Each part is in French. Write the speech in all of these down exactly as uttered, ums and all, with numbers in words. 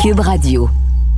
Cube Radio.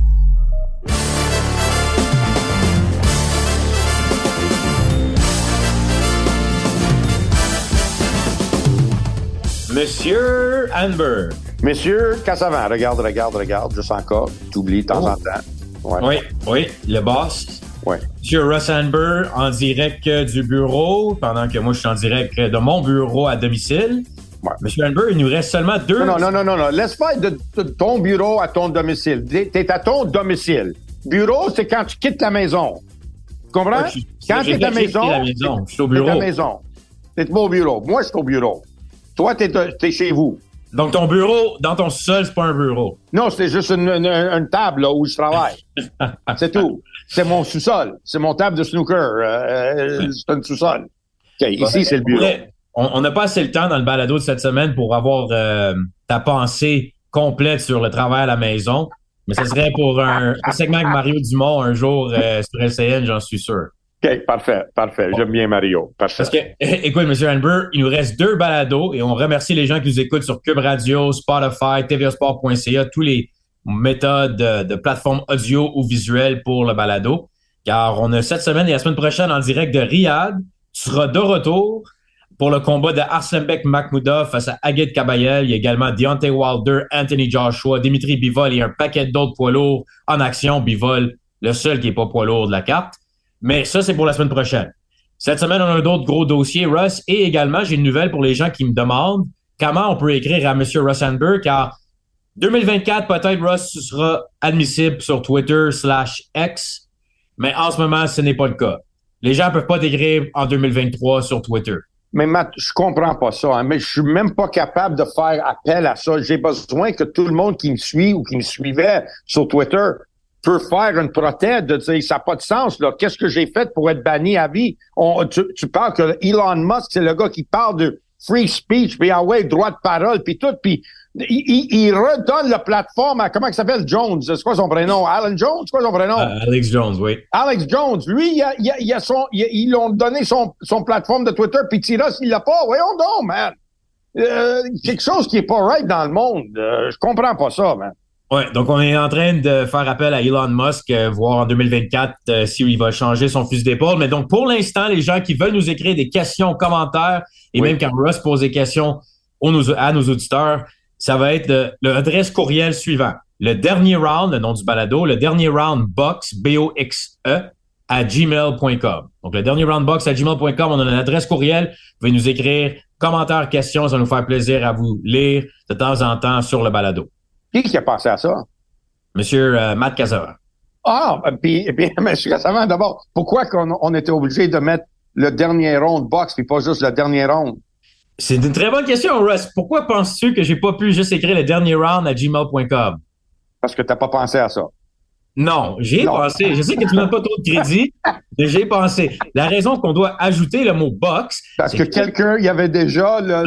Monsieur Hanberg. Monsieur Cassavant, regarde, regarde, regarde, juste encore. T'oublies de temps oh. en temps. Ouais. Oui, oui, le boss. Oui. Monsieur Russ Hanberg en direct du bureau, pendant que moi je suis en direct de mon bureau à domicile. Ouais. Monsieur Hanberg, il nous reste seulement deux... Non, non, non, non, non. Laisse faire de, de ton bureau à ton domicile. T'es à ton domicile. Bureau, c'est quand tu quittes la maison. Tu comprends? Ouais, je, quand t'es à la maison, la maison. Je suis au bureau. T'es à la maison. T'es pas au bureau. Moi, je suis au bureau. Toi, t'es, t'es chez vous. Donc, ton bureau, dans ton sous-sol, c'est pas un bureau. Non, c'est juste une, une, une table là, où je travaille. C'est tout. C'est mon sous-sol. C'est mon table de snooker. Euh, c'est un sous-sol. OK, ici, ouais, c'est le bureau. On n'a pas assez le temps dans le balado de cette semaine pour avoir euh, ta pensée complète sur le travail à la maison. Mais ce serait pour un, un segment avec Mario Dumont un jour euh, sur L C N, j'en suis sûr. OK, parfait, parfait. Bon. J'aime bien Mario. Parfait. Parce que, écoute, M. Hanberg, il nous reste deux balados et on remercie les gens qui nous écoutent sur Cube Radio, Spotify, T V A Sport point C A, tous les méthodes de, de plateformes audio ou visuelles pour le balado. Car on a cette semaine et la semaine prochaine en direct de Riyad. Tu seras de retour pour le combat de Arslanbek Makhmoudov face à Agit Kabayel. Il y a également Deontay Wilder, Anthony Joshua, Dimitri Bivol et un paquet d'autres poids lourds en action. Bivol, le seul qui n'est pas poids lourd de la carte. Mais ça, c'est pour la semaine prochaine. Cette semaine, on a d'autres gros dossiers, Russ. Et également, j'ai une nouvelle pour les gens qui me demandent comment on peut écrire à M. Russ Hanberg, car deux mille vingt-quatre, peut-être, Russ, tu seras admissible sur Twitter slash X. Mais en ce moment, ce n'est pas le cas. Les gens ne peuvent pas t'écrire en deux mille vingt-trois sur Twitter. Mais Matt, je comprends pas ça, hein, mais je suis même pas capable de faire appel à ça. J'ai besoin que tout le monde qui me suit ou qui me suivait sur Twitter peut faire une proteste de dire ça n'a pas de sens, là. Qu'est-ce que j'ai fait pour être banni à vie? On, tu, tu parles que Elon Musk, c'est le gars qui parle de free speech, puis ah ouais, droit de parole, puis tout, puis il, il, il redonne la plateforme à, comment il s'appelle, Jones? C'est quoi son prénom? Alan Jones? C'est quoi son prénom? Uh, Alex Jones, oui. Alex Jones. Lui, il a, il a, il a son, il a, ils l'ont donné son, son plateforme de Twitter, puis Tiras, il l'a pas. Voyons donc, man. Euh, quelque chose qui est pas right dans le monde. Euh, je comprends pas ça, man. Ouais, donc on est en train de faire appel à Elon Musk, euh, voir en deux mille vingt-quatre euh, s'il va changer son fusil d'épaule. Mais donc, pour l'instant, les gens qui veulent nous écrire des questions, commentaires, et oui. même quand Russ pose des questions aux, nos, à nos auditeurs, ça va être le, l'adresse courriel suivant. Le dernier round, le nom du balado, le dernier round box, B O X E, à gmail point com. Donc, le dernier round box à gmail point com, on a une adresse courriel. Vous pouvez nous écrire commentaires, questions, ça va nous faire plaisir à vous lire de temps en temps sur le balado. Qui qui a pensé à ça? Monsieur euh, Matt Cassavant. Ah, puis, puis Monsieur Cassavant, d'abord, pourquoi qu'on on était obligé de mettre le dernier round box puis pas juste le dernier round? C'est une très bonne question, Russ. Pourquoi penses-tu que j'ai pas pu juste écrire le dernier round à gmail point com? Parce que t'as pas pensé à ça. Non, j'y ai non. pensé. Je sais que tu n'as pas trop de crédit, mais j'ai pensé. La raison qu'on doit ajouter le mot box. Parce que, que quelqu'un y avait déjà le.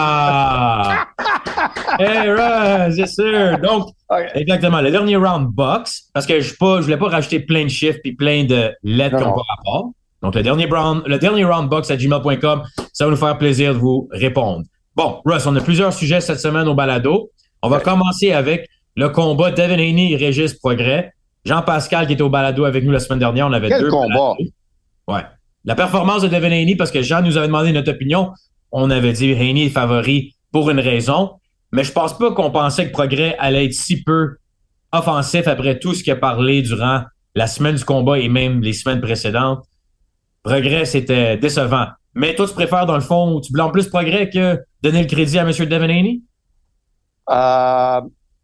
Ah! Hey, Russ, c'est sûr. Donc, okay. Exactement. Le dernier round box, parce que je ne voulais pas rajouter plein de chiffres et plein de lettres comme par rapport. Donc, le dernier round, le dernier round box à gmail point com, ça va nous faire plaisir de vous répondre. Bon, Russ, on a plusieurs sujets cette semaine au balado. On va okay. commencer avec le combat Devin Haney et Régis Prograis. Jean-Pascal qui était au balado avec nous la semaine dernière, on avait Quel deux combat? balados. Ouais. La performance de Devin Haney, parce que Jean nous avait demandé notre opinion, on avait dit Haney est favori pour une raison, mais je pense pas qu'on pensait que Prograis allait être si peu offensif après tout ce qu'il a parlé durant la semaine du combat et même les semaines précédentes. Prograis, c'était décevant. Mais toi, tu préfères, dans le fond, tu blâmes plus Prograis que donner le crédit à M. Devin Haney? Euh,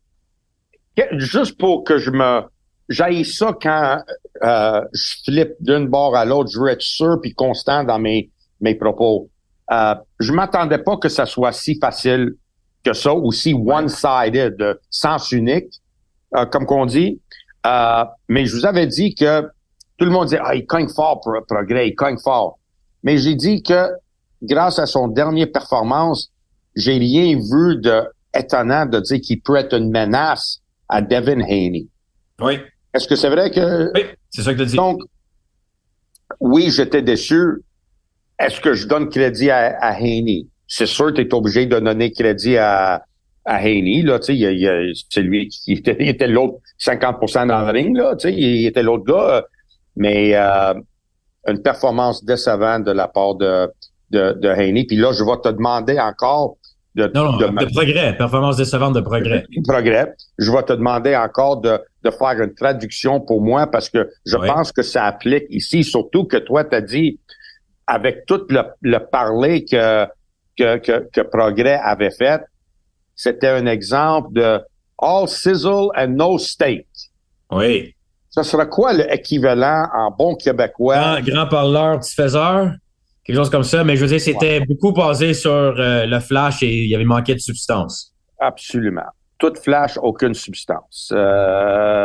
juste pour que je me... J'haïs ça quand euh, je flippe d'une bord à l'autre. Je veux être sûr puis constant dans mes mes propos. Euh, je m'attendais pas que ça soit si facile que ça, aussi one-sided, sens unique, euh, comme qu'on dit. Euh, mais je vous avais dit que tout le monde disait ah, il cogne fort pour Prograis, il cogne fort. Mais j'ai dit que grâce à son dernière performance, j'ai rien vu de étonnant de dire qu'il peut être une menace à Devin Haney. Oui. Est-ce que c'est vrai que... Oui, c'est ça que tu as dit. Donc, oui, j'étais déçu. Est-ce que je donne crédit à, à Haney? C'est sûr que tu es obligé de donner crédit à, à Haney, là, tu sais, il, il, c'est lui qui était, il était l'autre cinquante pour cent dans le ring, là, tu sais, il était l'autre gars, mais euh, une performance décevante de la part de, de, de Haney. Puis là, je vais te demander encore de... Non, non, de, de progrès, performance décevante de progrès. Progrès. Je vais te demander encore de, de faire une traduction pour moi parce que je oui. pense que ça applique ici, surtout que toi, tu as dit, avec tout le, le parler que, que, que, que Progrès avait fait, c'était un exemple de all sizzle and no steak. Oui. Ça sera quoi l'équivalent en bon québécois? Grand, grand parleur, petit faiseur, quelque chose comme ça. Mais je veux dire, c'était ouais. beaucoup basé sur euh, le flash et il y avait manqué de substance. Absolument. Tout flash, aucune substance. Euh,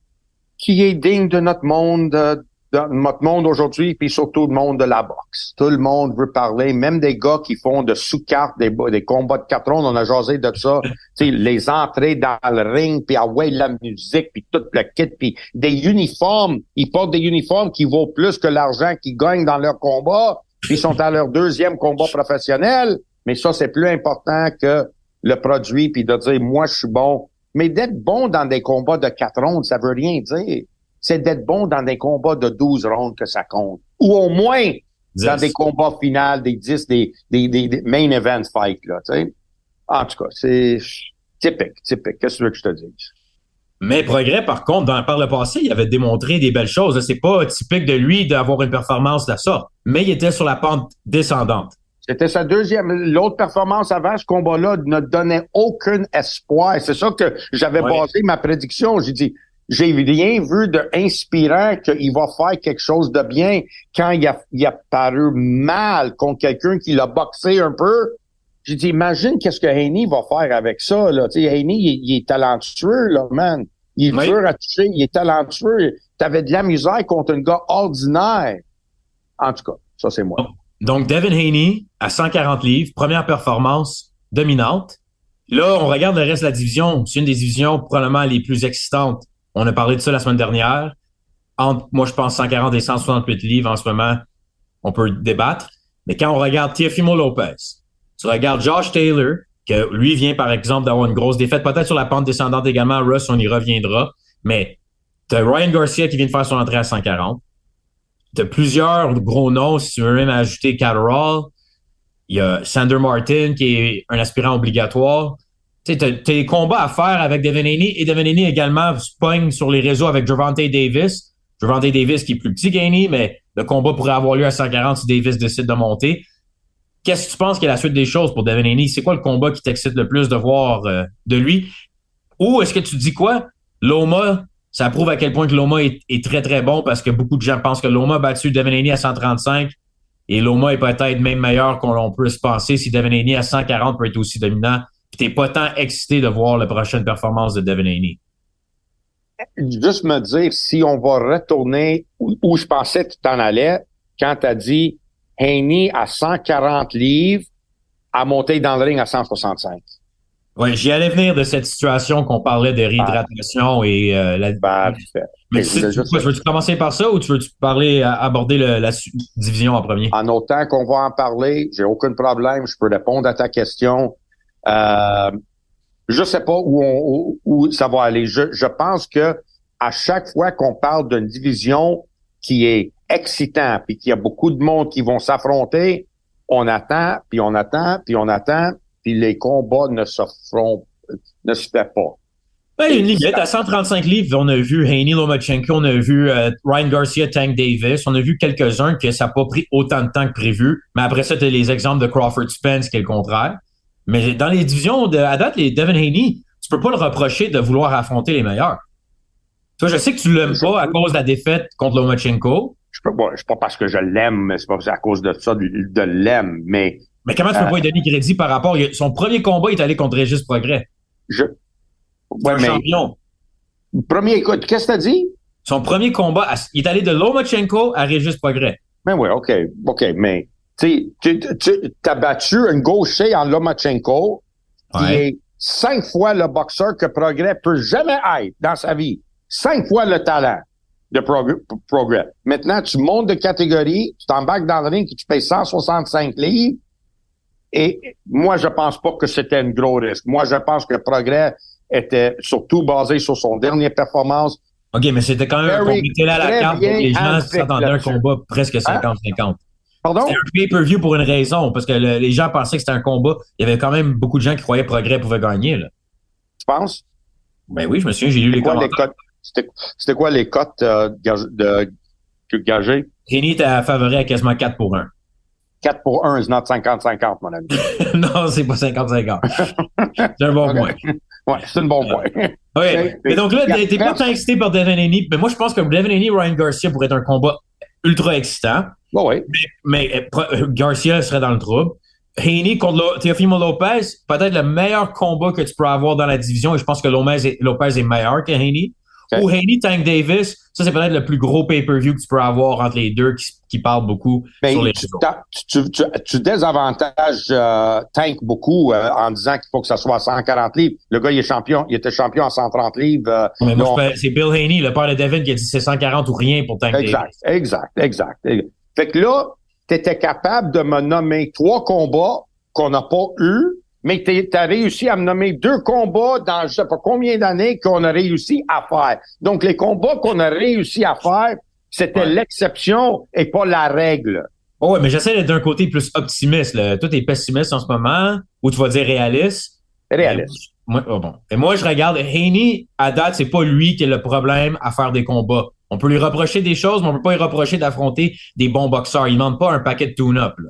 qui est digne de notre monde, de, de notre monde aujourd'hui, puis surtout le monde de la boxe. Tout le monde veut parler, même des gars qui font de sous-cartes, des, des combats de quatre rondes, on a jasé de ça. Tu sais, les entrées dans le ring, puis ah ouais, la musique, puis tout le kit, puis des uniformes. Ils portent des uniformes qui vaut plus que l'argent qu'ils gagnent dans leur combat, puis ils sont à leur deuxième combat professionnel. Mais ça, c'est plus important que le produit, puis de dire, moi, je suis bon. Mais d'être bon dans des combats de quatre rondes, ça veut rien dire. C'est d'être bon dans des combats de douze rondes que ça compte. Ou au moins dix. Dans des combats finaux, des dix, des, des, des, des main event fights, là, tu sais. En tout cas, c'est typique, typique. Qu'est-ce que tu veux que je te dise? Mais Progrès, par contre, dans, par le passé, il avait démontré des belles choses. C'est pas typique de lui d'avoir une performance de la sorte. Mais il était sur la pente descendante. C'était sa deuxième. L'autre performance avant ce combat-là ne donnait aucun espoir. C'est ça que j'avais ouais. basé ma prédiction. J'ai dit, j'ai rien vu d'inspirant qu'il va faire quelque chose de bien quand il a, il a paru mal contre quelqu'un qui l'a boxé un peu. J'ai dit, imagine qu'est-ce que Haney va faire avec ça, là. Tu sais, Haney, il, il est talentueux, là, man. Il est oui. dur à toucher, il est talentueux. T'avais de la misère contre un gars ordinaire. En tout cas, ça, c'est moi. Donc, Devin Haney, à cent quarante livres, première performance dominante. Là, on regarde le reste de la division. C'est une des divisions probablement les plus excitantes. On a parlé de ça la semaine dernière. Entre, moi, je pense, cent quarante et cent soixante-huit livres en ce moment, on peut débattre. Mais quand on regarde Teofimo Lopez, tu regardes Josh Taylor, que lui vient, par exemple, d'avoir une grosse défaite, peut-être sur la pente descendante également. Russ, on y reviendra. Mais t'as Ryan Garcia qui vient de faire son entrée à cent quarante. T'as plusieurs gros noms, si tu veux même ajouter Catterall. Il y a Sander Martin, qui est un aspirant obligatoire. Tu sais, t'as, t'as des combats à faire avec Devin Haney, et Devin Haney également se pogne sur les réseaux avec Gervonta Davis. Gervonta Davis qui est plus petit qu'Haney, mais le combat pourrait avoir lieu à cent quarante si Davis décide de monter. Qu'est-ce que tu penses qu'est la suite des choses pour Devin Haney? C'est quoi le combat qui t'excite le plus de voir euh, de lui? Ou est-ce que tu dis quoi? Loma, ça prouve à quel point que Loma est, est très, très bon parce que beaucoup de gens pensent que Loma a battu Devin Haney à cent trente-cinq et Loma est peut-être même meilleur qu'on peut se penser si Devin Haney à cent quarante peut être aussi dominant. Puis t'es pas tant excité de voir la prochaine performance de Devin Haney. Juste me dire si on va retourner où, où je pensais que tu t'en allais quand t'as dit Haney à cent quarante livres à monter dans le ring à cent soixante-cinq. Oui, j'y allais venir de cette situation qu'on parlait de réhydratation bah, et euh, la... Bah, mais tu, tu, quoi, veux-tu commencer par ça ou tu veux-tu parler, aborder le, la division en premier? En autant qu'on va en parler, j'ai aucun problème, je peux répondre à ta question. Euh, je sais pas où, on, où, où ça va aller. Je, je pense que à chaque fois qu'on parle d'une division qui est excitant puis qu'il y a beaucoup de monde qui vont s'affronter, on attend, puis on attend, puis on attend, puis les combats ne se feront, ne se fait pas. Ben, il y a une limite. À cent trente-cinq livres, on a vu Haney Lomachenko, on a vu euh, Ryan Garcia, Tank Davis, on a vu quelques-uns que ça n'a pas pris autant de temps que prévu. Mais après ça, tu as les exemples de Crawford Spence qui est le contraire. Mais dans les divisions, de, à date, les Devin Haney, tu peux pas le reprocher de vouloir affronter les meilleurs. Toi, je sais que tu l'aimes pas à cause de la défaite contre Lomachenko. Je peux pas, c'est pas parce que je l'aime, mais c'est pas à cause de ça, de, de l'aime, mais... Mais comment tu peux euh, pas lui donner crédit par rapport... Son premier combat, il est allé contre Régis Progrès. Je... C'est un mais... champion. Premier, écoute, qu'est-ce que t'as dit? Son premier combat, il est allé de Lomachenko à Régis Progrès. Mais oui, OK, OK, mais... Tu sais, tu as battu un gaucher en Lomachenko qui ouais. est cinq fois le boxeur que Progrès peut jamais être dans sa vie. Cinq fois le talent de Progrès. Progrès. Maintenant, tu montes de catégorie, tu t'embarques dans le ring et tu payes cent soixante-cinq livres et moi, je pense pas que c'était un gros risque. Moi, je pense que Progrès était surtout basé sur son dernière performance. OK, mais c'était quand même un combat qui était là à la carte, donc les gens s'attendaient à un combat presque cinquante cinquante. Hein? Pardon? C'était un pay-per-view pour une raison, parce que le, les gens pensaient que c'était un combat. Il y avait quand même beaucoup de gens qui croyaient Progrès pouvait gagner, là. Tu penses? Ben oui, je me souviens, j'ai lu les quoi, commentaires. Les cotes, c'était, c'était quoi les cotes euh, de, de gagées? Haney était favori à quasiment quatre pour un. quatre pour un, c'est not cinquante cinquante, mon ami. Non, c'est pas cinquante cinquante. C'est un bon okay. point. Ouais, c'est un bon point. Oui, mais donc là, t'es pas tant excité par Devin Haney, mais moi, je pense que Devin Haney et Ryan Garcia pourrait être un combat ultra excitant. Oh oui. Mais, mais euh, Garcia serait dans le trouble. Haney contre Teofimo Lopez, peut-être le meilleur combat que tu peux avoir dans la division, et je pense que Lopez est, Lopez est meilleur que Haney. Okay. Ou Haney, Tank Davis, ça c'est peut-être le plus gros pay-per-view que tu peux avoir entre les deux qui, qui parlent beaucoup mais sur les tu, tu, tu, tu désavantages euh, Tank beaucoup euh, en disant qu'il faut que ça soit à cent quarante livres. Le gars, il est champion, il était champion à cent trente livres. Euh, mais moi, donc, c'est Bill Haney, le père de Devin, qui a dit c'est cent quarante ou rien pour Tank exact, Davis. Exact, exact, exact. Fait que là, tu étais capable de me nommer trois combats qu'on n'a pas eu, mais tu as réussi à me nommer deux combats dans je sais pas combien d'années qu'on a réussi à faire. Donc, les combats qu'on a réussi à faire, c'était ouais. l'exception et pas la règle. Oh ouais, mais j'essaie d'être d'un côté plus optimiste. Là. Toi, t'es pessimiste en ce moment, ou tu vas dire réaliste. Réaliste. Moi, oh bon. Et moi, je regarde, Haney, à date, c'est pas lui qui a le problème à faire des combats. On peut lui reprocher des choses, mais on peut pas lui reprocher d'affronter des bons boxeurs. Il demande pas un paquet de tune-up, là.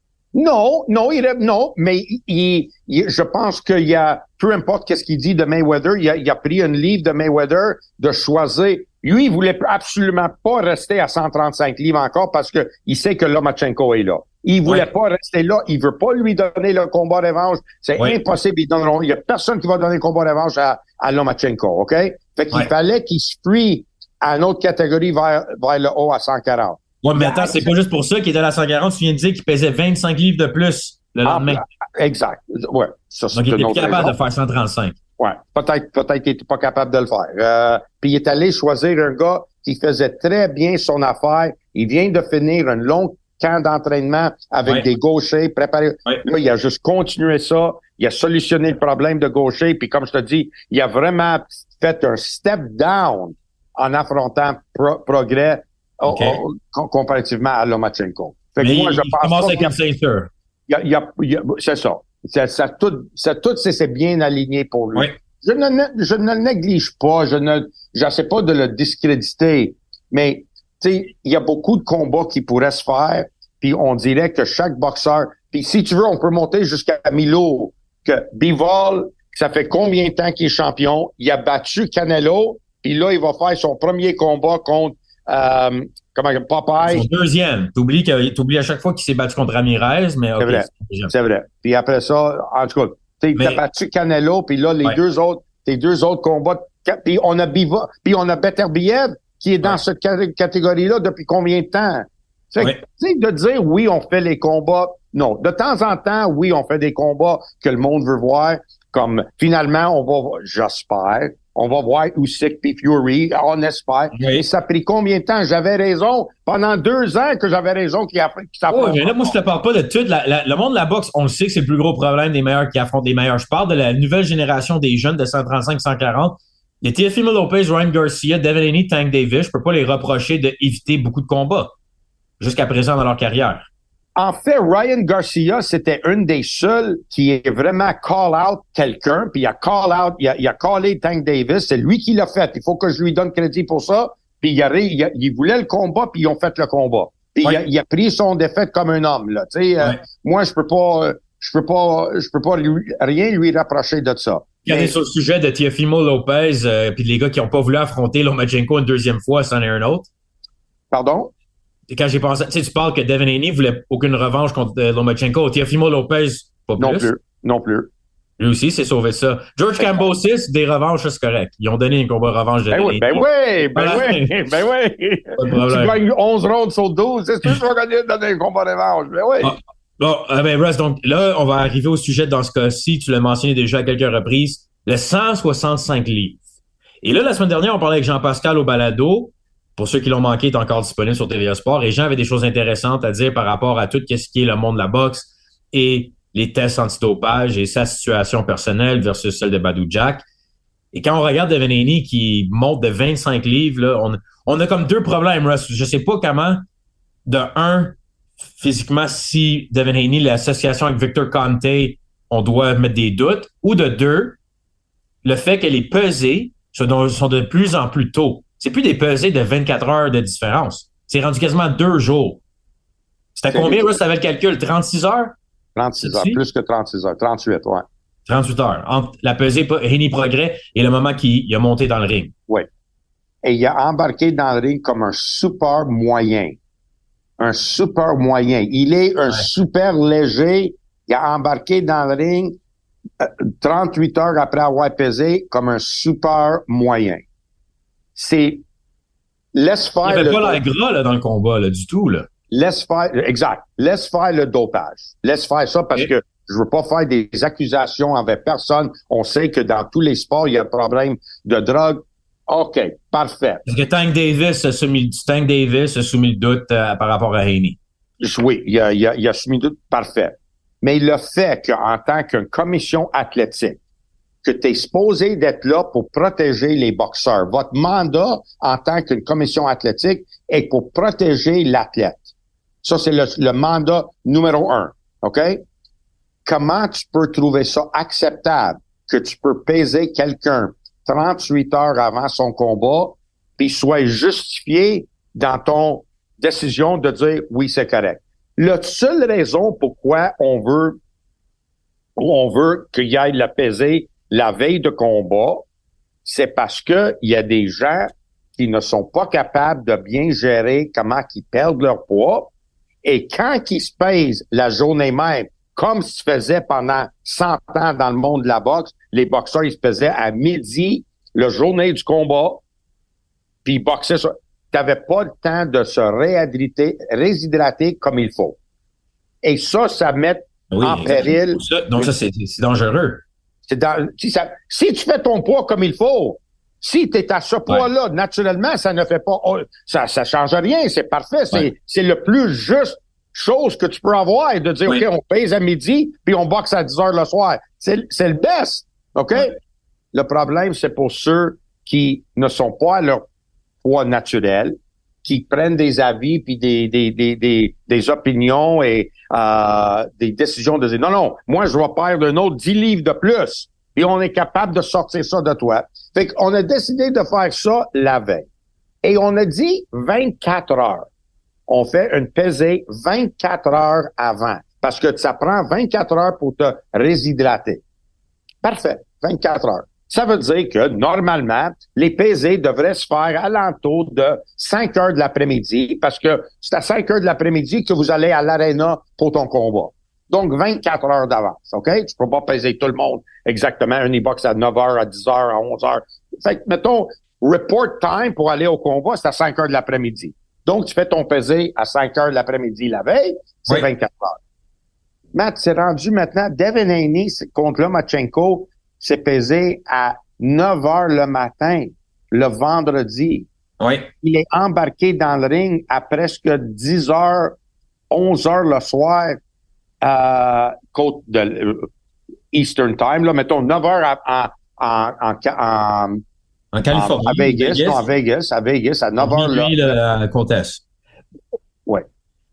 Non, non, il, non, mais il, il, je pense qu'il y a, peu importe qu'est-ce qu'il dit de Mayweather, il a, il a pris une livre de Mayweather de choisir. Lui, il voulait absolument pas rester à cent trente-cinq livres encore parce que il sait que Lomachenko est là. Il voulait ouais. pas rester là. Il veut pas lui donner le combat revanche. C'est ouais. impossible. Ils donneront, il y a personne qui va donner le combat revanche à, à Lomachenko, OK? Fait qu'il ouais. fallait qu'il se prie à une autre catégorie vers, vers le haut à cent quarante. Ouais, mais attends, c'est pas juste pour ça qu'il était à la cent quarante. Tu viens de dire qu'il pesait vingt-cinq livres de plus le lendemain. Ah, exact. Ouais. Ça, donc, il était plus capable raison. de faire cent trente-cinq. Ouais. Peut-être, peut-être qu'il était pas capable de le faire. Euh, puis il est allé choisir un gars qui faisait très bien son affaire. Il vient de finir un long camp d'entraînement avec ouais. des gauchers préparés. Ouais. Là, il a juste continué ça. Il a solutionné le problème de gaucher. Puis comme je te dis, il a vraiment fait un step down en affrontant pro- Progrès. Okay. Oh, oh, comparativement à Lomachenko. Fait que mais moi, je il pense commence pas avec une ceinture. Il y a, il y a, il y a, c'est ça. Ça, ça tout, ça tout, c'est, c'est bien aligné pour lui. Oui. Je ne, je ne le néglige pas. Je ne, j'essaie pas de le discréditer. Mais, tu sais, il y a beaucoup de combats qui pourraient se faire. Puis on dirait que chaque boxeur, puis si tu veux, on peut monter jusqu'à Milo, que Bivol, ça fait combien de temps qu'il est champion? Il a battu Canelo. Puis là, il va faire son premier combat contre Euh, comment Popeye. Son deuxième. T'oublies, que, t'oublies à chaque fois qu'il s'est battu contre Ramirez, mais okay, c'est vrai. C'est, c'est vrai. Puis après ça, en tout cas, tu sais, battu Canelo, puis là, les ouais. deux autres, les deux autres combats, puis on a Biva, puis on a Beterbiev qui est dans ouais. cette catégorie-là depuis combien de temps? Tu ouais. sais, de dire oui, on fait les combats. Non. De temps en temps, oui, on fait des combats que le monde veut voir. Comme finalement, on va, j'espère, on va voir Usyk puis Fury, on espère. Oui. Et ça a pris combien de temps? J'avais raison. Pendant deux ans que j'avais raison qu'il a qu'il oh, mais là, moi, je te parle pas de tout. La, la, le monde de la boxe, on le sait que c'est le plus gros problème des meilleurs qui affrontent des meilleurs. Je parle de la nouvelle génération des jeunes de cent trente-cinq cent quarante. Il y a Teofimo Lopez, Ryan Garcia, Devin Haney, Tank Davis. Je peux pas les reprocher d'éviter beaucoup de combats jusqu'à présent dans leur carrière. En fait, Ryan Garcia, c'était une des seuls qui est vraiment call out quelqu'un, puis il a call out, il a, il a callé Tank Davis, c'est lui qui l'a fait. Il faut que je lui donne crédit pour ça. Puis il, a, il, a, il voulait le combat, puis ils ont fait le combat. Puis ouais. il, a, il a pris son défaite comme un homme. Là, tu sais, ouais. euh, moi je peux pas, je peux pas, je peux pas lui, rien lui rapprocher de ça. Regardez sur le sujet de Teofimo Lopez, euh, puis les gars qui ont pas voulu affronter Lomachenko une deuxième fois, c'en est un autre. Pardon? Et quand j'ai pensé, tu sais, tu parles que Devin Haney voulait aucune revanche contre euh, Lomachenko. Teofimo Lopez, pas plus. Non plus. Non plus. Lui aussi, c'est sauvé ça. George Kambosos, des revanches, c'est correct. Ils ont donné un combat revanche de Ben oui, ben oui, ben oui, ben oui. Tu gagnes onze rounds sur douze. C'est sûr que tu vas gagner donner un combat revanche. Ben oui. Ah, bon, euh, ben Russ, donc là, on va arriver au sujet dans ce cas-ci. Tu l'as mentionné déjà à quelques reprises. Le cent soixante-cinq livres. Et là, la semaine dernière, on parlait avec Jean-Pascal au balado. Pour ceux qui l'ont manqué, il est encore disponible sur T V A Sport. Et Jean avait des choses intéressantes à dire par rapport à tout ce qui est le monde de la boxe. Et les tests antidopage et sa situation personnelle versus celle de Badou Jack. Et quand on regarde Devin Haney qui monte de vingt-cinq livres, là, on, on a comme deux problèmes, Russ. Je sais pas comment, de un, physiquement, si Devin Haney, l'association avec Victor Conte, on doit mettre des doutes, ou de deux, le fait que les pesées sont, sont de plus en plus tôt. C'est plus des pesées de vingt-quatre heures de différence. C'est rendu quasiment deux jours. C'était combien, Russ, t'avais le calcul? trente-six heures? trente-six heures, plus que trente-six heures. trente-huit, ouais. trente-huit heures. Entre la pesée Haney Prograis et le moment qu'il a monté dans le ring. Oui. Et il a embarqué dans le ring comme un super moyen. Un super moyen. Il est un ouais. super léger. Il a embarqué dans le ring euh, trente-huit heures après avoir pesé comme un super moyen. C'est... Laisse faire... Il n'y avait le pas l'air gras là, dans le combat, là, du tout, là. Laisse faire... Exact. Laisse faire le dopage. Laisse faire ça parce okay. que je veux pas faire des accusations envers personne. On sait que dans tous les sports, il y a un problème de drogue. OK, parfait. Est-ce que Tank Davis a soumis, Tank Davis a soumis le doute euh, par rapport à Haney? Oui, il a, il a, il a soumis le doute, parfait. Mais le fait qu'en tant qu'une commission athlétique, que tu es supposé d'être là pour protéger les boxeurs. Votre mandat en tant qu'une commission athlétique est pour protéger l'athlète. Ça, c'est le, le mandat numéro un. OK? Comment tu peux trouver ça acceptable que tu peux peser quelqu'un trente-huit heures avant son combat puis soit justifié dans ton décision de dire oui, c'est correct. La seule raison pourquoi on veut on veut qu'il y ait la pesée la veille de combat, c'est parce que il y a des gens qui ne sont pas capables de bien gérer comment ils perdent leur poids et quand ils se pèsent la journée même, comme se faisait pendant cent ans dans le monde de la boxe, les boxeurs, ils se pesaient à midi, la journée du combat, puis ils boxaient ça. T'avais pas le temps de se réhydrater, réshydrater comme il faut. Et ça, ça met oui, en péril. Ça, donc ça, c'est, c'est dangereux. C'est dans, si, ça, si tu fais ton poids comme il faut, si tu es à ce poids-là, ouais. naturellement, ça ne fait pas, ça, ça change rien, c'est parfait, c'est, ouais. c'est le plus juste chose que tu peux avoir et de dire, oui. OK, on pèse à midi, puis on boxe à dix heures le soir. C'est, c'est le best, OK? Ouais. Le problème, c'est pour ceux qui ne sont pas à leur poids naturel, qui prennent des avis puis des des des des, des opinions et euh, des décisions de dire non non moi je vais perdre un autre dix livres de plus et on est capable de sortir ça de toi. Fait qu'on a décidé de faire ça la veille et on a dit vingt-quatre heures. On fait une pesée vingt-quatre heures avant parce que ça prend vingt-quatre heures pour te réshydrater. Parfait, vingt-quatre heures. Ça veut dire que, normalement, les pesées devraient se faire alentour de cinq heures de l'après-midi, parce que c'est à cinq heures de l'après-midi que vous allez à l'aréna pour ton combat. Donc, vingt-quatre heures d'avance, OK? Tu peux pas peser tout le monde exactement. Un e-box à neuf heures, à dix heures, à onze heures. Fait que, mettons, report time pour aller au combat, c'est à cinq heures de l'après-midi. Donc, tu fais ton pesé à cinq heures de l'après-midi la veille, c'est oui. vingt-quatre heures. Matt, c'est rendu maintenant, Devin Haney contre Lomachenko, c'est pesé à neuf heures le matin, le vendredi. Oui. Il est embarqué dans le ring à presque dix heures, onze heures le soir, euh, côte de euh, Eastern Time, là, mettons neuf heures en, en, en, en, en Californie. En, à Vegas, Vegas. Non, à Vegas, à Vegas, à neuf heures là. La comtesse. Oui.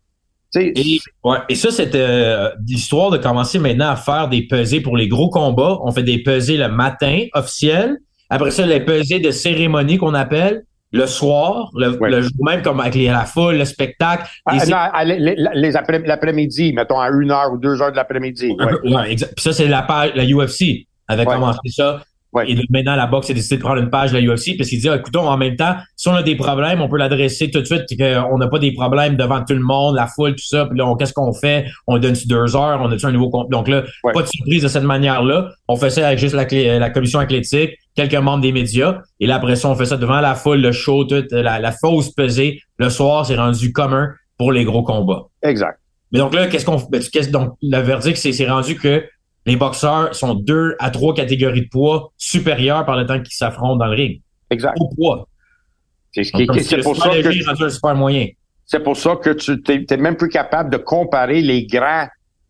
Et, ouais, et ça, c'est euh, l'histoire de commencer maintenant à faire des pesées pour les gros combats. On fait des pesées le matin, officiel. Après ça, les pesées de cérémonie qu'on appelle le soir, le, ouais. le jour même, comme avec les, la foule, le spectacle. Ah, non, les, les après, l'après-midi, mettons à une heure ou deux heures de l'après-midi. Ouais. Ouais, exact. Puis ça, c'est la page, la U F C avait ouais. commencé ça. Ouais. Et maintenant, la boxe a décidé de prendre une page de la U F C parce qu'il dit, ah, écoutons, en même temps, si on a des problèmes, on peut l'adresser tout de suite, qu'on n'a pas des problèmes devant tout le monde, la foule, tout ça. Puis là, on, qu'est-ce qu'on fait? On donne-tu deux heures? On a-tu un nouveau compte? Donc là, ouais. pas de surprise de cette manière-là. On fait ça avec juste la, la commission athlétique, quelques membres des médias. Et là, après ça, on fait ça devant la foule, le show, toute la, la fausse pesée. Le soir, c'est rendu commun pour les gros combats. Exact. Mais donc là, qu'est-ce qu'on fait? Qu'est-ce, donc, le verdict, c'est, c'est rendu que les boxeurs sont deux à trois catégories de poids supérieures par le temps qu'ils s'affrontent dans le ring. Exact. Au poids. C'est, ce qui, Donc, c'est, pour ça que un super moyen. C'est pour ça que tu t'es, t'es même plus capable de comparer les grands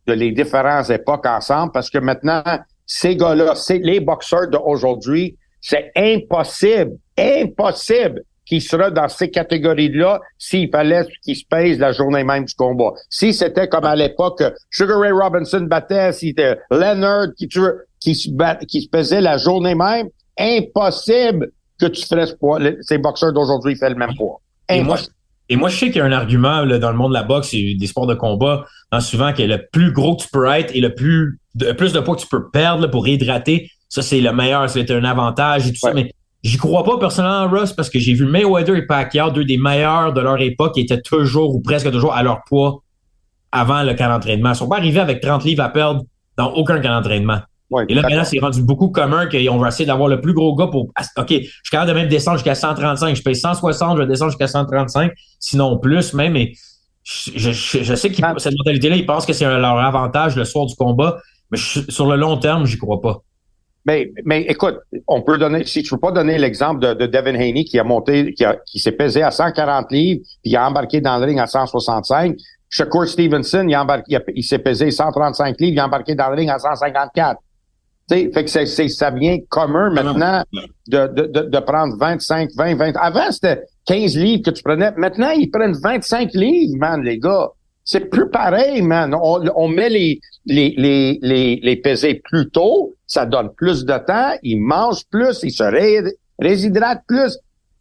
de les différentes époques ensemble parce que maintenant, ces gars-là, c'est les boxeurs d'aujourd'hui, c'est impossible, impossible qu'ils seraient dans ces catégories-là s'il fallait qu'ils se pèsent la journée même du combat. Si c'était comme à l'époque, Sugar Ray Robinson battait, si c'était Leonard qui, qui, se bat, qui se pesait la journée même, impossible que tu ferais ce poids. Ces boxeurs d'aujourd'hui font le même poids. Et moi, et moi, je sais qu'il y a un argument là, dans le monde de la boxe et des sports de combat, hein, souvent que le plus gros que tu peux être et le plus de, plus de poids que tu peux perdre là, pour réhydrater, ça, c'est le meilleur, c'est un avantage et tout ouais. ça. Mais j'y crois pas personnellement, Russ, parce que j'ai vu Mayweather et Pacquiao, deux des meilleurs de leur époque, qui étaient toujours ou presque toujours à leur poids avant le camp d'entraînement. Ils sont pas arrivés avec trente livres à perdre dans aucun camp d'entraînement. Ouais, et là, maintenant, c'est rendu beaucoup commun qu'on va essayer d'avoir le plus gros gars pour... OK, je suis capable de même descendre jusqu'à cent trente-cinq. Je paye cent soixante, je vais descendre jusqu'à cent trente-cinq, sinon plus même. Mais je, je, je sais que cette mentalité-là, ils pensent que c'est leur avantage le soir du combat, mais je, sur le long terme, j'y crois pas. Mais, mais écoute, on peut donner, si tu veux pas donner l'exemple de, de Devin Haney qui a monté, qui, a, qui s'est pesé à cent quarante livres, puis il a embarqué dans le ring à cent soixante-cinq. Shakur Stevenson, il, a embarqué, il, a, il s'est pesé cent trente-cinq livres, il a embarqué dans le ring à cent cinquante-quatre. T'sais, fait que c'est, c'est, ça devient commun maintenant de, de, de, de prendre vingt-cinq, vingt, vingt. Avant, c'était quinze livres que tu prenais. Maintenant, ils prennent vingt-cinq livres, man, les gars. C'est plus pareil, man. On, on met les, les, les, les, les pesées plus tôt. Ça donne plus de temps. Ils mangent plus. Ils se ré, réshydratent plus.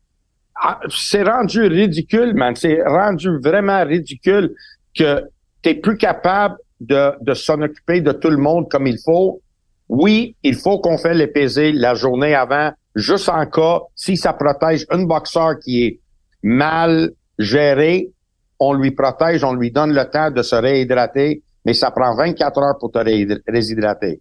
Ah, c'est rendu ridicule, man. C'est rendu vraiment ridicule que t'es plus capable de, de s'en occuper de tout le monde comme il faut. Oui, il faut qu'on fait les pesées la journée avant, juste en cas, si ça protège un boxeur qui est mal géré, on lui protège, on lui donne le temps de se réhydrater, mais ça prend vingt-quatre heures pour te réhydrater.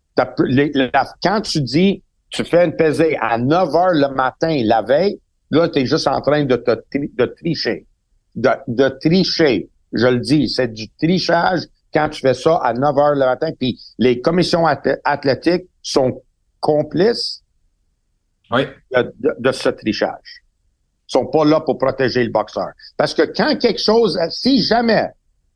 Quand tu dis, tu fais une pesée à neuf heures le matin, la veille, là, tu es juste en train de te de tricher. De, de tricher. Je le dis, c'est du trichage. Quand tu fais ça à neuf heures le matin, puis les commissions athlétiques sont complices oui. de, de, de ce trichage. Ils sont pas là pour protéger le boxeur. Parce que quand quelque chose, si jamais,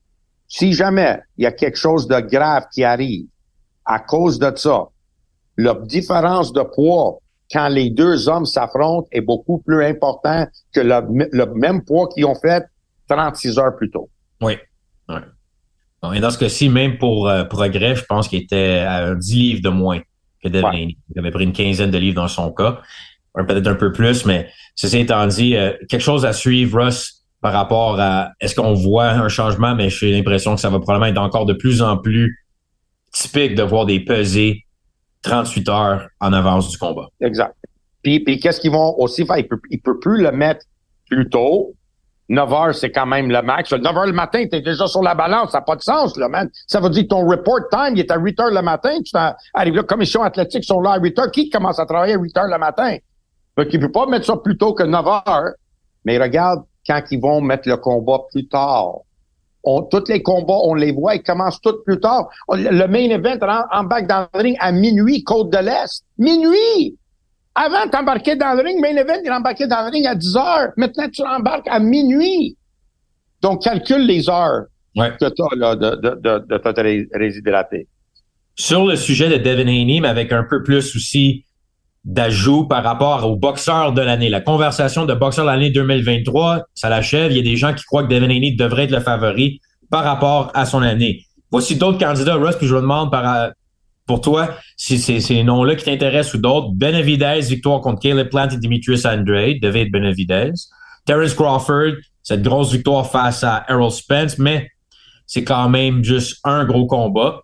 si jamais il y a quelque chose de grave qui arrive à cause de ça, la différence de poids quand les deux hommes s'affrontent est beaucoup plus important que le, le même poids qu'ils ont fait trente-six heures plus tôt. Oui. oui. Bon, et dans ce cas-ci, même pour euh, Progrès, je pense qu'il était à dix livres de moins que Devin Haney. Ouais. Il avait pris une quinzaine de livres dans son cas. Peut-être un peu plus, mais ceci étant dit, euh, quelque chose à suivre, Russ, par rapport à est-ce qu'on voit un changement, mais j'ai l'impression que ça va probablement être encore de plus en plus typique de voir des pesées trente-huit heures en avance du combat. Exact. Puis, puis qu'est-ce qu'ils vont aussi faire? Ils peuvent, ils peuvent plus le mettre plus tôt. neuf heures, c'est quand même le max. neuf heures le matin, t'es déjà sur la balance. Ça n'a pas de sens, là, man. Ça veut dire que ton report time, il est à huit heures le matin. Tu arrives là, commission athlétique sont là à huit heures. Qui commence à travailler à huit heures le matin? Donc, il ne peut pas mettre ça plus tôt que neuf heures. Mais regarde, quand ils vont mettre le combat plus tard. On, tous les combats, on les voit, ils commencent tous plus tard. On, le main event embarque dans le ring à minuit, côte de l'Est. Minuit! Avant, t'embarquais dans le ring, main event, il embarquait dans le ring à dix heures. Maintenant, tu embarques à minuit. Donc, calcule les heures ouais. que tu as là, de, de, de, de te réshydrater. Sur le sujet de Devin Haney, mais avec un peu plus aussi d'ajout par rapport au boxeur de l'année. La conversation de boxeur de l'année deux mille vingt-trois, ça l'achève. Il y a des gens qui croient que Devin Haney devrait être le favori par rapport à son année. Voici d'autres candidats, Russ, puis je vous demande par, pour toi si c'est ces noms-là qui t'intéressent ou d'autres. Benavidez, victoire contre Caleb Plant et Demetrius Andrade, David Benavidez. Terence Crawford, cette grosse victoire face à Errol Spence, mais c'est quand même juste un gros combat.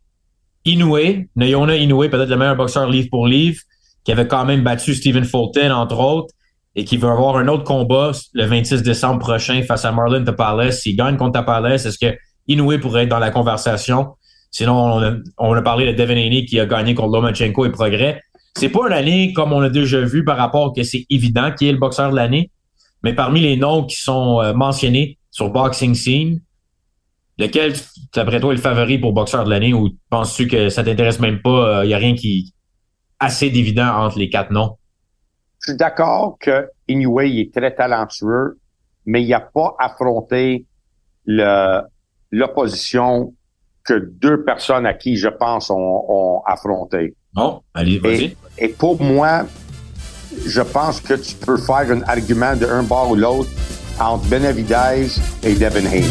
Inoue, Nayona Inoue, peut-être le meilleur boxeur livre pour livre, qui avait quand même battu Stephen Fulton, entre autres, et qui veut avoir un autre combat le vingt-six décembre prochain face à Marlon Tapales. S'il gagne contre Tapales, est-ce que Inoue pourrait être dans la conversation? Sinon, on a, on a parlé de Devin Haney qui a gagné contre Lomachenko et Progrès. C'est pas une année comme on a déjà vu par rapport que c'est évident qui est le boxeur de l'année, mais parmi les noms qui sont euh, mentionnés sur Boxing Scene, lequel, d'après toi, est le favori pour boxeur de l'année, ou penses-tu que ça t'intéresse même pas? Il euh, y a rien qui assez d'évident entre les quatre noms? Je suis d'accord que Inoue est très talentueux, mais il n'a pas affronté le, l'opposition que deux personnes à qui je pense ont, ont affronté. Bon, allez, vas-y. Et, et pour moi, je pense que tu peux faire un argument de un bord ou l'autre entre Benavidez et Devin Haney.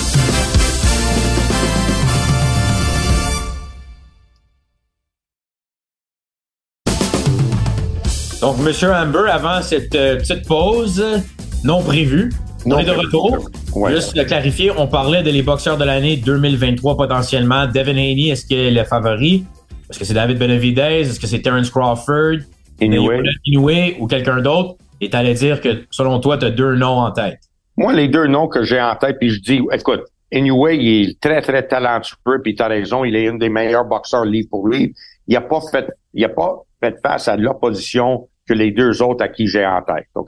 Donc, M. Amber, avant cette euh, petite pause non prévue, on est de retour. Ouais. Juste de clarifier, on parlait de les boxeurs de l'année deux mille vingt-trois potentiellement. Devin Haney, est-ce qu'il est le favori? Est-ce que c'est David Benavidez? Est-ce que c'est Terence Crawford? Inoue. Inoue ou quelqu'un d'autre? Et t'allais dire que, selon toi, tu as deux noms en tête. Moi, les deux noms que j'ai en tête, puis je dis, écoute, Inoue, il est très, très talentueux, puis t'as raison, il est un des meilleurs boxeurs livre pour livre. Il a pas fait, il a pas fait face à l'opposition que les deux autres à qui j'ai en tête, OK?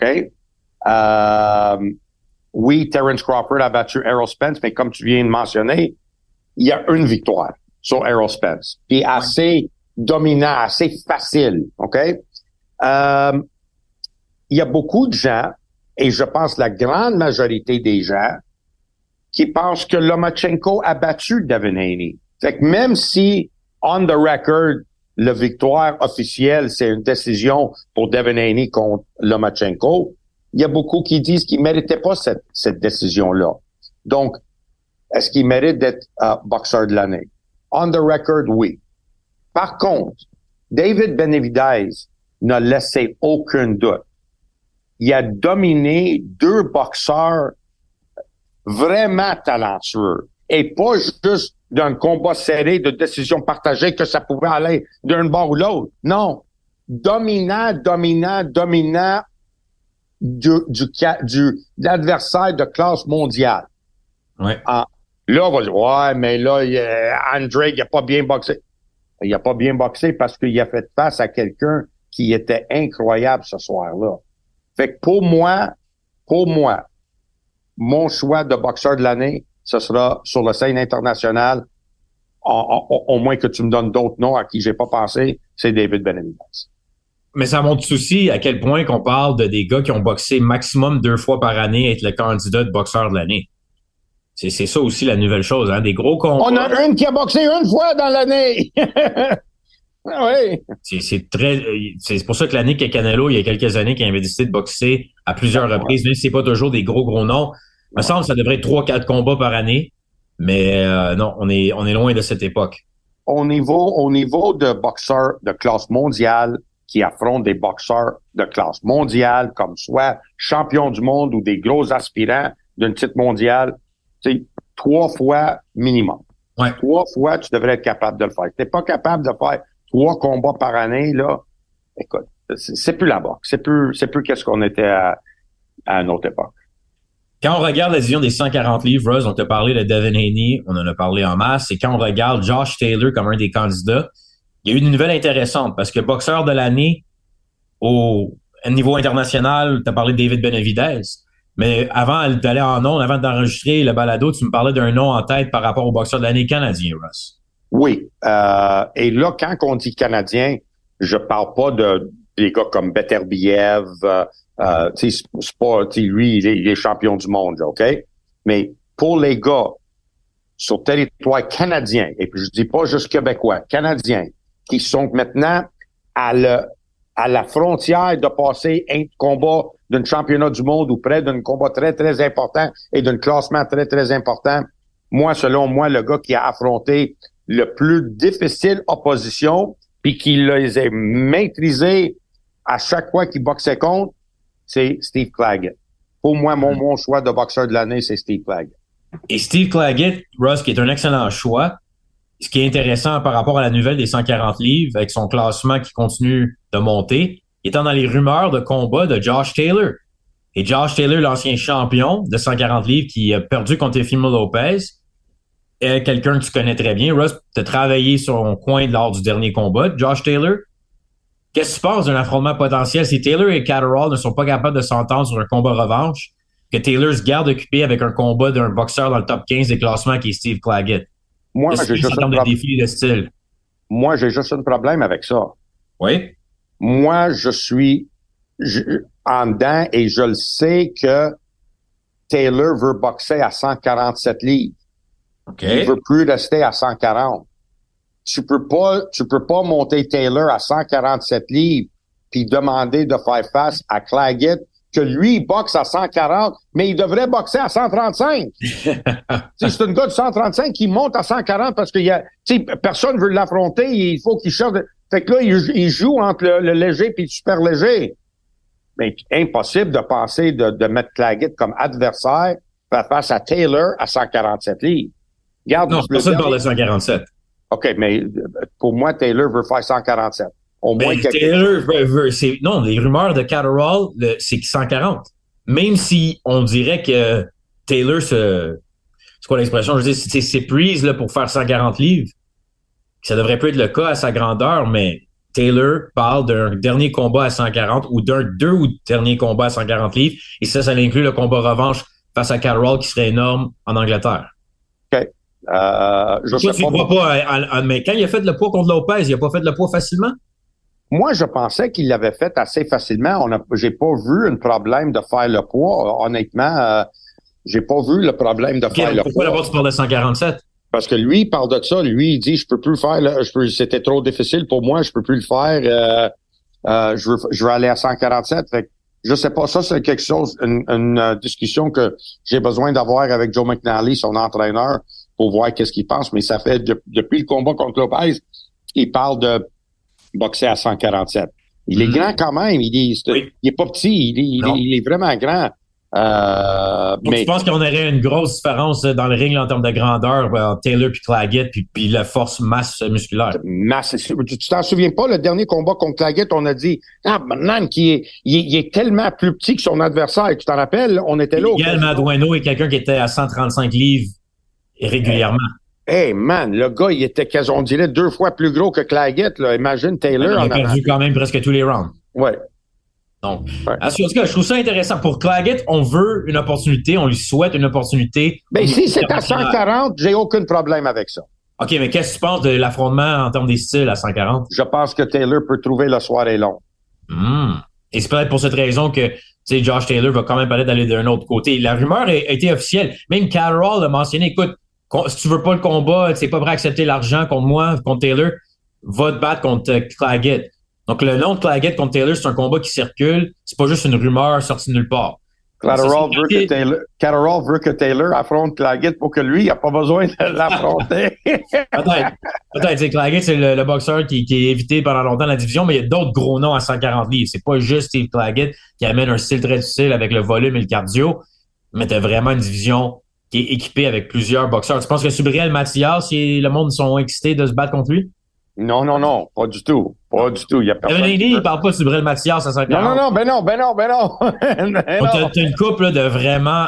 Euh, oui, Terence Crawford a battu Errol Spence, mais comme tu viens de mentionner, il y a une victoire sur Errol Spence. Puis assez dominant, assez facile, OK? Euh, il y a beaucoup de gens, et je pense la grande majorité des gens, qui pensent que Lomachenko a battu Devin Haney. Fait que même si, on the record, la victoire officielle, c'est une décision pour Devin Haney contre Lomachenko, il y a beaucoup qui disent qu'il méritait pas cette, cette décision-là. Donc, est-ce qu'il mérite d'être uh, boxeur de l'année? On the record, oui. Par contre, David Benavidez n'a laissé aucun doute. Il a dominé deux boxeurs vraiment talentueux. Et pas juste d'un combat serré de décision partagée que ça pouvait aller d'un bord ou l'autre. Non. Dominant, dominant, dominant du, du, du, de l'adversaire de classe mondiale. Ouais. Ah, là, on va dire, ouais, mais là, il, euh, Andre, il a pas bien boxé. Il a pas bien boxé parce qu'il a fait face à quelqu'un qui était incroyable ce soir-là. Fait que pour moi, pour moi, mon choix de boxeur de l'année, ce sera sur la scène internationale, au moins que tu me donnes d'autres noms à qui j'ai pas pensé, c'est David Benavidez. Mais ça montre aussi à quel point qu'on parle de des gars qui ont boxé maximum deux fois par année être le candidat de boxeur de l'année. C'est, c'est ça aussi la nouvelle chose, hein, des gros combats. On a une qui a boxé une fois dans l'année. Oui. C'est, c'est très, c'est pour ça que l'année que Canelo, il y a quelques années, qui avait décidé de boxer à plusieurs ouais. reprises, même si c'est pas toujours des gros, gros noms. Il me semble que ça devrait être trois, quatre combats par année. Mais, euh, non, on est, on est loin de cette époque. Au niveau, au niveau de boxeurs de classe mondiale qui affrontent des boxeurs de classe mondiale, comme soit champions du monde ou des gros aspirants d'une titre mondiale, c'est trois fois minimum. Ouais. Trois fois, tu devrais être capable de le faire. Si t'es pas capable de faire trois combats par année, là, écoute, c'est, c'est plus la boxe. C'est plus, c'est plus qu'est-ce qu'on était à, à une autre époque. Quand on regarde la division des cent quarante livres, Russ, on t'a parlé de Devin Haney, on en a parlé en masse, et quand on regarde Josh Taylor comme un des candidats, il y a eu une nouvelle intéressante, parce que boxeur de l'année au niveau international, t'as parlé de David Benavidez, mais avant d'aller en ondes, avant d'enregistrer le balado, tu me parlais d'un nom en tête par rapport au boxeur de l'année canadien, Russ. Oui, euh, et là, quand on dit canadien, je parle pas de des gars comme Beterbiev, euh, euh, tu sais, c'est pas, tu sais, lui, il est, il est champion du monde, OK? Mais pour les gars sur territoire canadien, et puis je dis pas juste québécois, canadiens, qui sont maintenant à le, à la frontière de passer un combat d'un championnat du monde ou près d'un combat très, très important et d'un classement très, très important. Moi, selon moi, le gars qui a affronté le plus difficile opposition puis qui les a maîtrisés à chaque fois qu'il boxait contre, c'est Steve Claggett. Pour moi, mon, mon choix de boxeur de l'année, c'est Steve Claggett. Et Steve Claggett, Russ, qui est un excellent choix. Ce qui est intéressant par rapport à la nouvelle des cent quarante livres, avec son classement qui continue de monter, étant dans les rumeurs de combat de Josh Taylor. Et Josh Taylor, l'ancien champion de cent quarante livres qui a perdu contre Teofimo Lopez, est quelqu'un que tu connais très bien. Russ, tu as travaillé sur son coin lors du dernier combat. Josh Taylor, qu'est-ce que tu penses d'un affrontement potentiel si Taylor et Catterall ne sont pas capables de s'entendre sur un combat revanche, que Taylor se garde occupé avec un combat d'un boxeur dans le top quinze des classements qui est Steve Claggett? Moi, j'ai juste un de défi de style. Moi, j'ai juste un problème avec ça. Oui. Moi, je suis je, en dedans et je le sais que Taylor veut boxer à cent quarante-sept livres. Okay. Il veut plus rester à cent quarante. Tu peux pas, tu peux pas monter Taylor à cent quarante-sept livres puis demander de faire face à Claggett, que lui, il boxe à cent quarante, mais il devrait boxer à cent trente-cinq. C'est un gars de cent trente-cinq qui monte à cent quarante parce que y a, personne veut l'affronter, il faut qu'il cherche. Fait que là, il, il joue entre le, le léger et le super léger. Mais impossible de penser de, de mettre Claggett comme adversaire face à Taylor à cent quarante-sept livres. Regarde, non, personne parle de cent quarante-sept. OK, mais pour moi, Taylor veut faire cent quarante-sept. Au moins ben, Taylor veut, veut c'est, non, les rumeurs de Catterall, le, c'est cent quarante. Même si on dirait que Taylor se, c'est quoi l'expression? Je veux dire, c'est, c'est prise, là, pour faire cent quarante livres. Ça devrait pas être le cas à sa grandeur, mais Taylor parle d'un dernier combat à cent quarante ou d'un deux ou dernier combat à cent quarante livres. Et ça, ça inclut le combat revanche face à Catterall qui serait énorme en Angleterre. OK. Euh, je sais tu pas. Crois pas à, à, à, mais quand il a fait le poids contre Lopez, il a pas fait le poids facilement? Moi, je pensais qu'il l'avait fait assez facilement. On a, j'ai pas vu un problème de faire le poids. Honnêtement, euh, j'ai pas vu le problème de okay, faire le pourquoi poids. Pourquoi d'abord tu parles de cent quarante-sept? Parce que lui, il parle de ça. Lui, il dit, je peux plus le faire. Là, je peux, c'était trop difficile pour moi. Je peux plus le faire. Euh, euh, je veux, je veux aller à cent quarante-sept. Fait que, je sais pas. Ça, c'est quelque chose, une, une, une discussion que j'ai besoin d'avoir avec Joe McNally, son entraîneur, pour voir qu'est-ce qu'il pense. Mais ça fait de, depuis le combat contre Lopez, il parle de boxer à cent quarante-sept. Il est mmh. grand quand même. Il est, oui. il est pas petit. Il est, il est, il est vraiment grand. Euh, Donc, mais tu penses qu'on aurait une grosse différence dans le ring là, en termes de grandeur, euh, Taylor puis Claggett, puis, puis la force masse musculaire? Masse. Tu t'en souviens pas, le dernier combat contre Claggett, on a dit, ah, maintenant, qui est, il est, il est tellement plus petit que son adversaire. Tu t'en rappelles? On était là. Miguel Madueno est quelqu'un qui était à cent trente-cinq livres régulièrement. Hey, hey man, le gars, il était, on dirait, deux fois plus gros que Claggett, là. Imagine Taylor. Il a perdu avant. Quand même presque tous les rounds. Ouais. Donc, ouais. En tout cas, je trouve ça intéressant. Pour Claggett, on veut une opportunité, on lui souhaite une opportunité. Ben, si c'est à cent quarante, j'ai aucun problème avec ça. OK, mais qu'est-ce que tu penses de l'affrontement en termes des styles à cent quarante? Je pense que Taylor peut trouver le soir est long. Mmh. Et c'est peut-être pour cette raison que, tu sais, Josh Taylor va quand même parler d'aller d'un autre côté. La rumeur a été officielle. Même Catterall a mentionné, écoute, si tu veux pas le combat, tu n'es pas prêt à accepter l'argent contre moi, contre Taylor, va te battre contre Claggett. Donc, le nom de Claggett contre Taylor, c'est un combat qui circule. C'est pas juste une rumeur sortie de nulle part. Catterall veut, que Taylor, Catterall veut que Taylor affronte Claggett pour que lui, il n'a pas besoin de l'affronter. Peut-être. Peut-être. Claggett, c'est le, le boxeur qui, qui est évité pendant longtemps la division, mais il y a d'autres gros noms à cent quarante livres. C'est pas juste Steve Claggett qui amène un style très difficile avec le volume et le cardio, mais t'as vraiment une division qui est équipée avec plusieurs boxeurs. Tu penses que Subriel Mathias, si le monde sont excités de se battre contre lui? Non, non, non, pas du tout. Pas du tout. Il y a personne. Il ne parle pas de Subriel Mathias à cent quarante. Non, non, non, ben non, ben non, ben non. ben non. T'as, t'as une couple là, de vraiment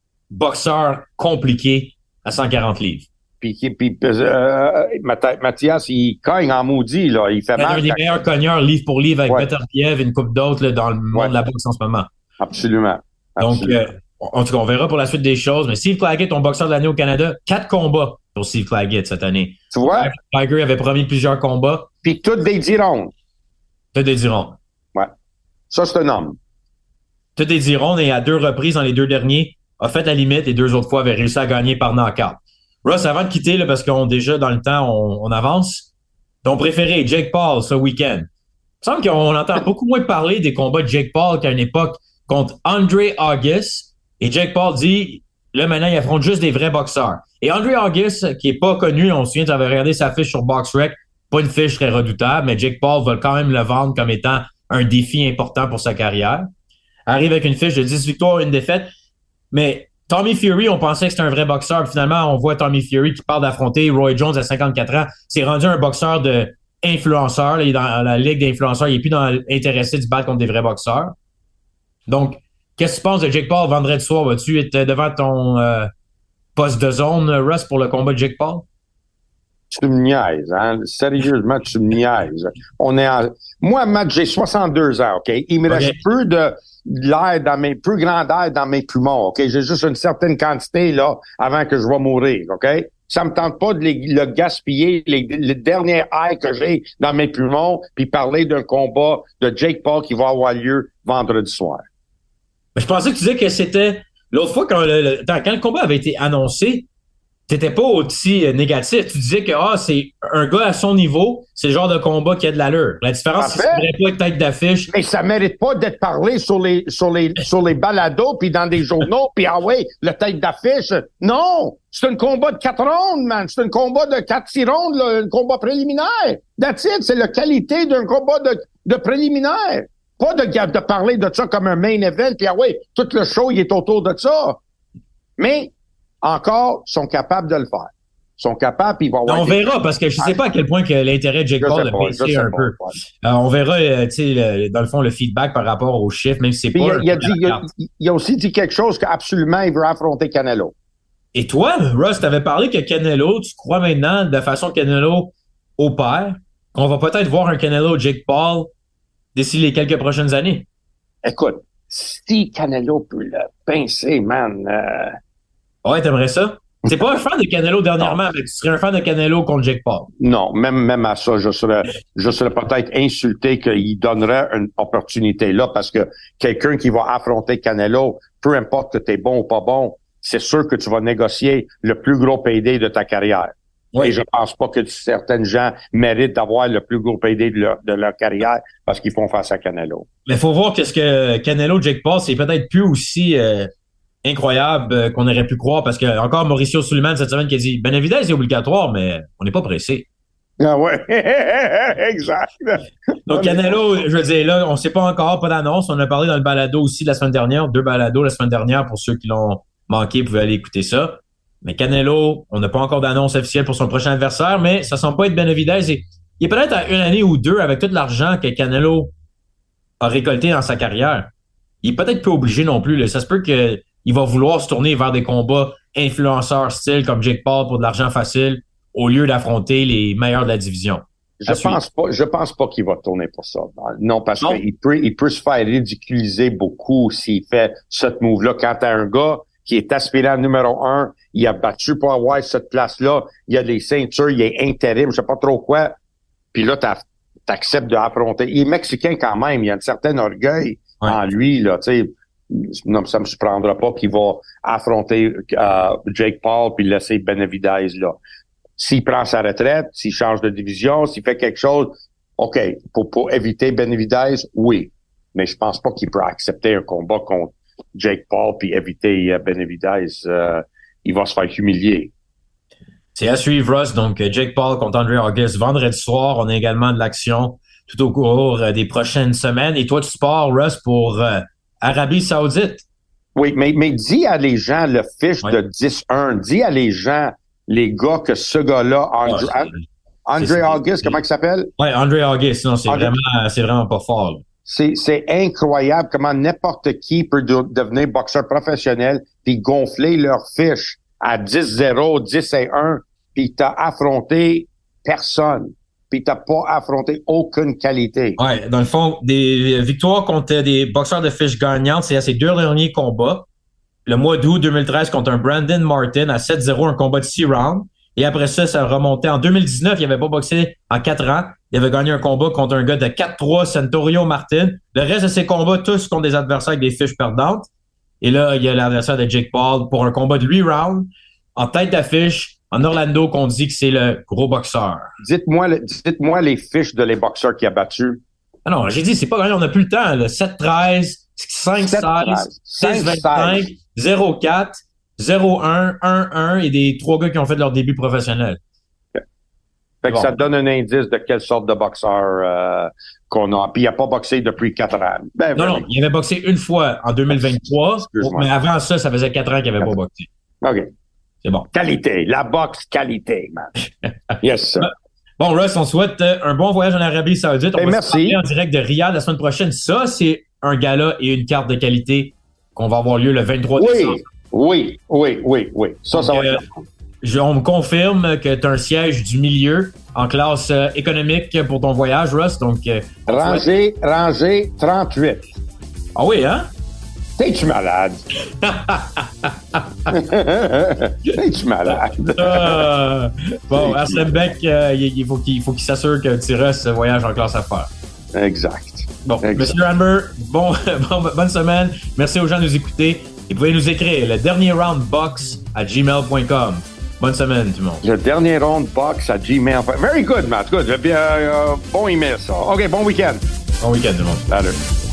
boxeurs compliqués à cent quarante livres. Puis, puis euh, Mathias, il cogne en maudit, là. Il fait ben, mal. Un des meilleurs cogneurs livre pour livre avec ouais. Beterbiev et une coupe d'autres là, dans le monde ouais. de la boxe en ce moment. Absolument. Donc, Absolument. Euh, en tout cas, on verra pour la suite des choses. Mais Steve Claggett, ton boxeur de l'année au Canada, quatre combats pour Steve Claggett cette année. Tu vois? Tiger avait promis plusieurs combats. Puis toutes des dirons. Toutes des dirons. Ouais. Ça, c'est un homme. Toutes des dirons et à deux reprises dans les deux derniers, a fait la limite et deux autres fois avait réussi à gagner par knockout. Russ, avant de quitter, là, parce qu'on déjà dans le temps, on, on avance, ton préféré, Jake Paul, ce week-end. Il me semble qu'on entend beaucoup moins parler des combats de Jake Paul qu'à une époque contre Andre August. Et Jake Paul dit, là, maintenant, il affronte juste des vrais boxeurs. Et Andre August, qui est pas connu, on se souvient, tu avais regardé sa fiche sur BoxRec, pas une fiche très redoutable, mais Jake Paul va quand même le vendre comme étant un défi important pour sa carrière. Arrive avec une fiche de dix victoires et une défaite. Mais Tommy Fury, on pensait que c'était un vrai boxeur. Finalement, on voit Tommy Fury qui parle d'affronter Roy Jones à cinquante-quatre ans. C'est rendu un boxeur de influenceur. Là, il est dans la ligue d'influenceurs. Il est plus dans, intéressé de se battre contre des vrais boxeurs. Donc, qu'est-ce que tu penses de Jake Paul vendredi soir? Vas-tu être devant ton euh, poste de zone, Russ, pour le combat de Jake Paul? Tu me niaises, hein? Sérieusement, tu me niaises. On est en... Moi, Matt, j'ai soixante-deux ans, OK? Il me reste okay. peu de l'air dans mes, plus grand air dans mes poumons, OK? J'ai juste une certaine quantité, là, avant que je vais mourir, OK? Ça me tente pas de les, le gaspiller, les, les derniers airs que j'ai dans mes poumons, puis parler d'un combat de Jake Paul qui va avoir lieu vendredi soir. Je pensais que tu disais que c'était l'autre fois quand le, le, quand le combat avait été annoncé, t'étais pas aussi négatif. Tu disais que ah, c'est un gars à son niveau, c'est le genre de combat qui a de l'allure. La différence, c'est qu'il ne devrait pas être tête d'affiche. Mais ça mérite pas d'être parlé sur les sur les sur les balados puis dans des journaux puis ah ouais, le tête d'affiche. Non, c'est un combat de quatre rondes, man. C'est un combat de quatre six rondes, là, un combat préliminaire. That's it. C'est la qualité d'un combat de de préliminaire. Pas de de parler de ça comme un main event puis ah ouais, tout le show il est autour de ça. Mais encore, sont capables de le faire. Ils sont capables, puis ils vont avoir... On verra, parce que je ne sais pas à quel point que l'intérêt de Jake Paul a baissé un peu. Ouais. Euh, on verra, euh, tu sais, dans le fond, le feedback par rapport aux chiffres, même si c'est puis pas... Il a, dit, il, a, il a aussi dit quelque chose qu'absolument, il veut affronter Canelo. Et toi, Russ, tu avais parlé que Canelo, tu crois maintenant, de la façon que Canelo opère, qu'on va peut-être voir un Canelo Jake Paul d'ici les quelques prochaines années? Écoute, si Canelo peut le pincer, man... Euh... Ouais, t'aimerais ça? T'es pas un fan de Canelo dernièrement, non. Mais tu serais un fan de Canelo contre Jake Paul. Non, même, même à ça, je serais, je serais peut-être insulté qu'il donnerait une opportunité là parce que quelqu'un qui va affronter Canelo, peu importe que t'es bon ou pas bon, c'est sûr que tu vas négocier le plus gros payday de ta carrière. Oui. Et je pense pas que certaines gens méritent d'avoir le plus gros payday de leur, de leur carrière parce qu'ils font face à Canelo. Mais faut voir qu'est-ce que Canelo Jake Paul, c'est peut-être plus aussi, euh... incroyable euh, qu'on aurait pu croire parce que encore Mauricio Suleiman cette semaine qui a dit Benavidez est obligatoire mais on n'est pas pressé. Ah ouais, exact. Donc Canelo, je veux dire là, on sait pas encore, pas d'annonce. On a parlé dans le balado aussi la semaine dernière, deux balados la semaine dernière pour ceux qui l'ont manqué, vous pouvez aller écouter ça. Mais Canelo, on n'a pas encore d'annonce officielle pour son prochain adversaire, mais ça semble pas être Benavidez. Et il est peut-être à une année ou deux avec tout l'argent que Canelo a récolté dans sa carrière. Il est peut-être pas obligé non plus. Là. Ça se peut que il va vouloir se tourner vers des combats influenceurs style comme Jake Paul pour de l'argent facile au lieu d'affronter les meilleurs de la division. Je pense pas, je pense pas qu'il va tourner pour ça. Non, parce non. qu'il peut, il peut se faire ridiculiser beaucoup s'il fait cette move-là. Quand t'as un gars qui est aspirant numéro un, il a battu pour avoir cette place-là, il a des ceintures, il est intérim, je sais pas trop quoi. Puis là, t'acceptes d'affronter. Il est mexicain quand même, il a un certain orgueil ouais. en lui, là, tu sais. Non, ça me surprendra pas qu'il va affronter euh, Jake Paul puis laisser Benavidez là. S'il prend sa retraite, s'il change de division, s'il fait quelque chose, OK, pour, pour éviter Benavidez, oui. Mais je pense pas qu'il peut accepter un combat contre Jake Paul puis éviter euh, Benavidez. Euh, il va se faire humilier. C'est à suivre, Russ. Donc, Jake Paul contre Andre August vendredi soir. On a également de l'action tout au cours euh, des prochaines semaines. Et toi, tu pars, Russ, pour... Euh, Arabie Saoudite. Oui, mais, mais dis à les gens le fiche oui. de dix un. Dis à les gens, les gars, que ce gars-là, André, oh, André August, comment il s'appelle? Oui, André August. Non, c'est André... vraiment, c'est vraiment pas fort. Là. C'est, c'est incroyable comment n'importe qui peut de, devenir boxeur professionnel puis gonfler leur fiche à dix zéro, dix un, puis t'as affronté personne. Puis t'as pas affronté aucune qualité. Ouais, dans le fond, des victoires contre des boxeurs de fiches gagnantes, c'est à ses deux derniers combats. Le mois d'août deux mille treize contre un Brandon Martin à sept zéro, un combat de six rounds. Et après ça, ça remontait. En deux mille dix-neuf, il avait pas boxé en quatre ans. Il avait gagné un combat contre un gars de quatre trois, Santorio Martin. Le reste de ses combats, tous contre des adversaires avec des fiches perdantes. Et là, il y a l'adversaire de Jake Paul pour un combat de huit rounds en tête d'affiche. En Orlando, qu'on dit que c'est le gros boxeur. Dites-moi, dites-moi les fiches de les boxeurs qu'il a battus. Ah non, j'ai dit, c'est pas grave, on n'a plus le temps. Là. sept treize, cinq seize, six vingt-cinq, zéro quatre, zéro un, un un et des trois gars qui ont fait leur début professionnel. Okay. Fait que bon. Ça donne un indice de quelle sorte de boxeur euh, qu'on a. Puis il n'a pas boxé depuis quatre ans. Ben, non, non, il avait boxé une fois en deux mille vingt-trois, mais avant ça, ça faisait quatre ans qu'il n'avait pas boxé. OK. C'est bon. Qualité. La boxe qualité, man. Yes, sir. Bon, Russ, on souhaite un bon voyage en Arabie Saoudite. On ben, va merci. se parler en direct de Riyad la semaine prochaine. Ça, c'est un gala et une carte de qualité qu'on va avoir lieu le vingt-trois oui, décembre. Oui, oui, oui, oui. Ça, Donc, ça va euh, être... je, on me confirme que tu as un siège du milieu en classe euh, économique pour ton voyage, Russ. Donc, euh, rangée, souhaite... rangée trente-huit. Ah oui, hein? T'es-tu malade? T'es-tu malade? euh, bon, Arsène Beck, euh, il faut qu'il faut qu'il s'assure que tu restes ce voyage en classe affaires. Exact. Bon, exact. Monsieur Amber, bon, bon, bonne semaine. Merci aux gens de nous écouter. Et vous pouvez nous écrire le dernier round box à gmail point com. Bonne semaine, tout le monde. Le dernier round box à Gmail. Very good, Matt. Good. Bien, euh, bon email, ça. OK, bon week-end. Bon week-end, tout le monde. Salut.